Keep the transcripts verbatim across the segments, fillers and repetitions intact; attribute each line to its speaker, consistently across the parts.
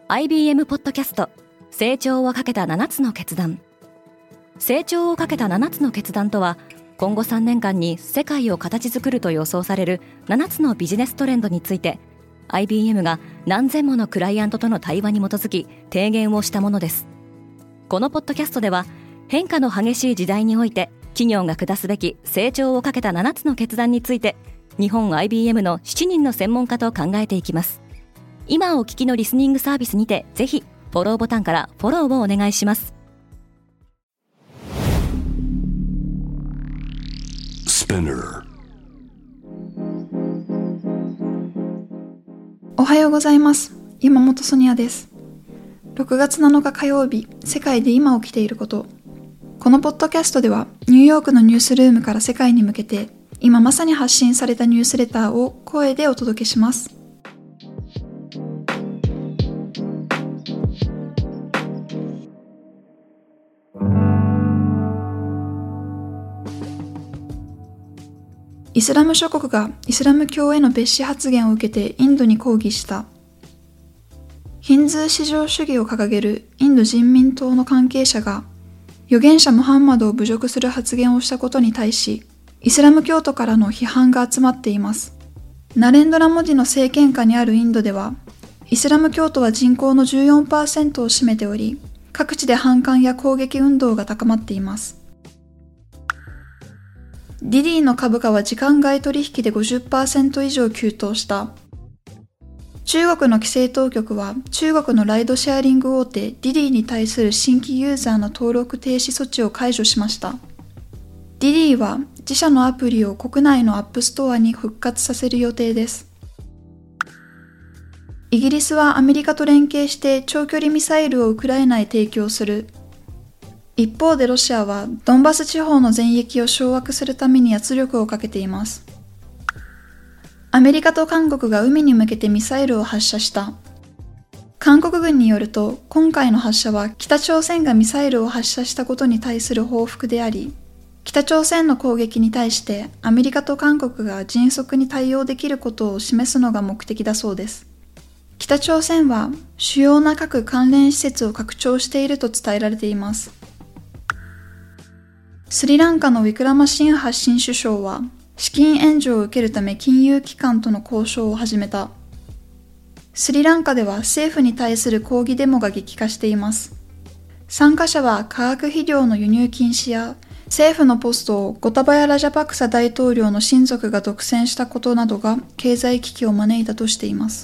Speaker 1: アイビーエム ポッドキャスト成長をかけたななつの決断。成長をかけたななつの決断とは、今後さんねんかんに世界を形作ると予想されるななつのビジネストレンドについて アイビーエム が何千ものクライアントとの対話に基づき提言をしたものです。このポッドキャストでは、変化の激しい時代において企業が下すべき成長をかけたななつの決断について、日本 アイビーエム のしちにんの専門家と考えていきます。今お聞きのリスニングサービスにて、ぜひフォローボタンからフォローをお願いします。
Speaker 2: おはようございます。山本ソニアです。ろくがつなのか火曜日、世界で今起きていること。このポッドキャストでは、ニューヨークのニュースルームから世界に向けて、今まさに発信されたニュースレターを声でお届けします。イスラム諸国がイスラム教への蔑視発言を受けてインドに抗議した。ヒンズー至上主義を掲げるインド人民党の関係者が預言者ムハンマドを侮辱する発言をしたことに対し、イスラム教徒からの批判が集まっています。ナレンドラ・モディの政権下にあるインドでは、イスラム教徒は人口の じゅうよんパーセント を占めており、各地で反感や攻撃運動が高まっています。ディディの株価は時間外取引で ごじゅっパーセント 以上急騰した。中国の規制当局は中国のライドシェアリング大手ディディに対する新規ユーザーの登録停止措置を解除しました。ディディは自社のアプリを国内のアップストアに復活させる予定です。イギリスはアメリカと連携して長距離ミサイルをウクライナへ提供する。一方でロシアはドンバス地方の全域を掌握するために圧力をかけています。アメリカと韓国が海に向けてミサイルを発射した。韓国軍によると、今回の発射は北朝鮮がミサイルを発射したことに対する報復であり、北朝鮮の攻撃に対してアメリカと韓国が迅速に対応できることを示すのが目的だそうです。北朝鮮は主要な核関連施設を拡張していると伝えられています。スリランカのウィクラマシンハ新首相は資金援助を受けるため金融機関との交渉を始めた。スリランカでは政府に対する抗議デモが激化しています。参加者は化学肥料の輸入禁止や政府のポストをゴタバヤ・ラジャパクサ大統領の親族が独占したことなどが経済危機を招いたとしています。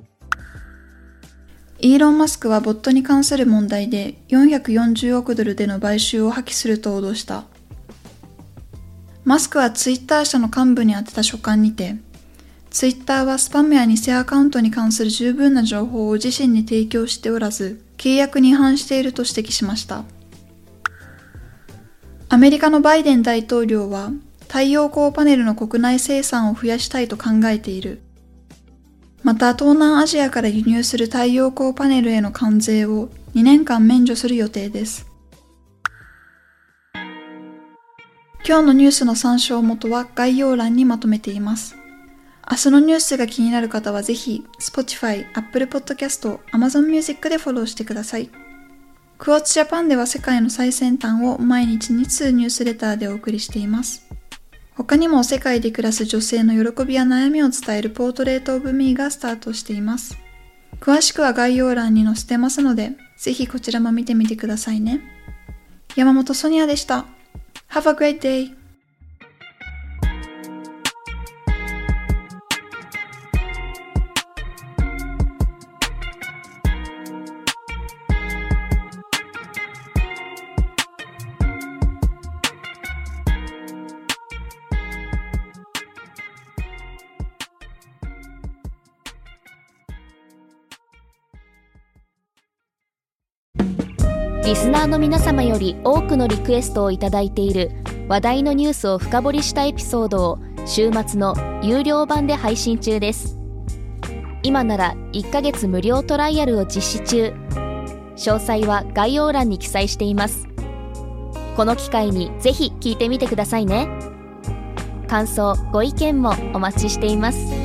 Speaker 2: イーロン・マスクはボットに関する問題でよんひゃくよんじゅうおくドルでの買収を破棄すると脅した。マスクはツイッター社の幹部に宛てた書簡にて、ツイッターはスパムや偽アカウントに関する十分な情報を自身に提供しておらず、契約に違反していると指摘しました。アメリカのバイデン大統領は太陽光パネルの国内生産を増やしたいと考えている。また東南アジアから輸入する太陽光パネルへの関税をにねんかん免除する予定です。今日のニュースの参照元は概要欄にまとめています。明日のニュースが気になる方はぜひ Spotify、Apple Podcast、Amazon Music でフォローしてください。クォーツジャパンでは世界の最先端を毎日に通ニュースレターでお送りしています。他にも世界で暮らす女性の喜びや悩みを伝えるポートレートオブミーがスタートしています。詳しくは概要欄に載せてますので、ぜひこちらも見てみてくださいね。山本ソニアでした。Have a great day!
Speaker 1: リスナーの皆様より多くのリクエストをいただいている話題のニュースを深掘りしたエピソードを週末の有料版で配信中です。今ならいっかげつ無料トライアルを実施中。詳細は概要欄に記載しています。この機会にぜひ聞いてみてくださいね。感想、ご意見もお待ちしています。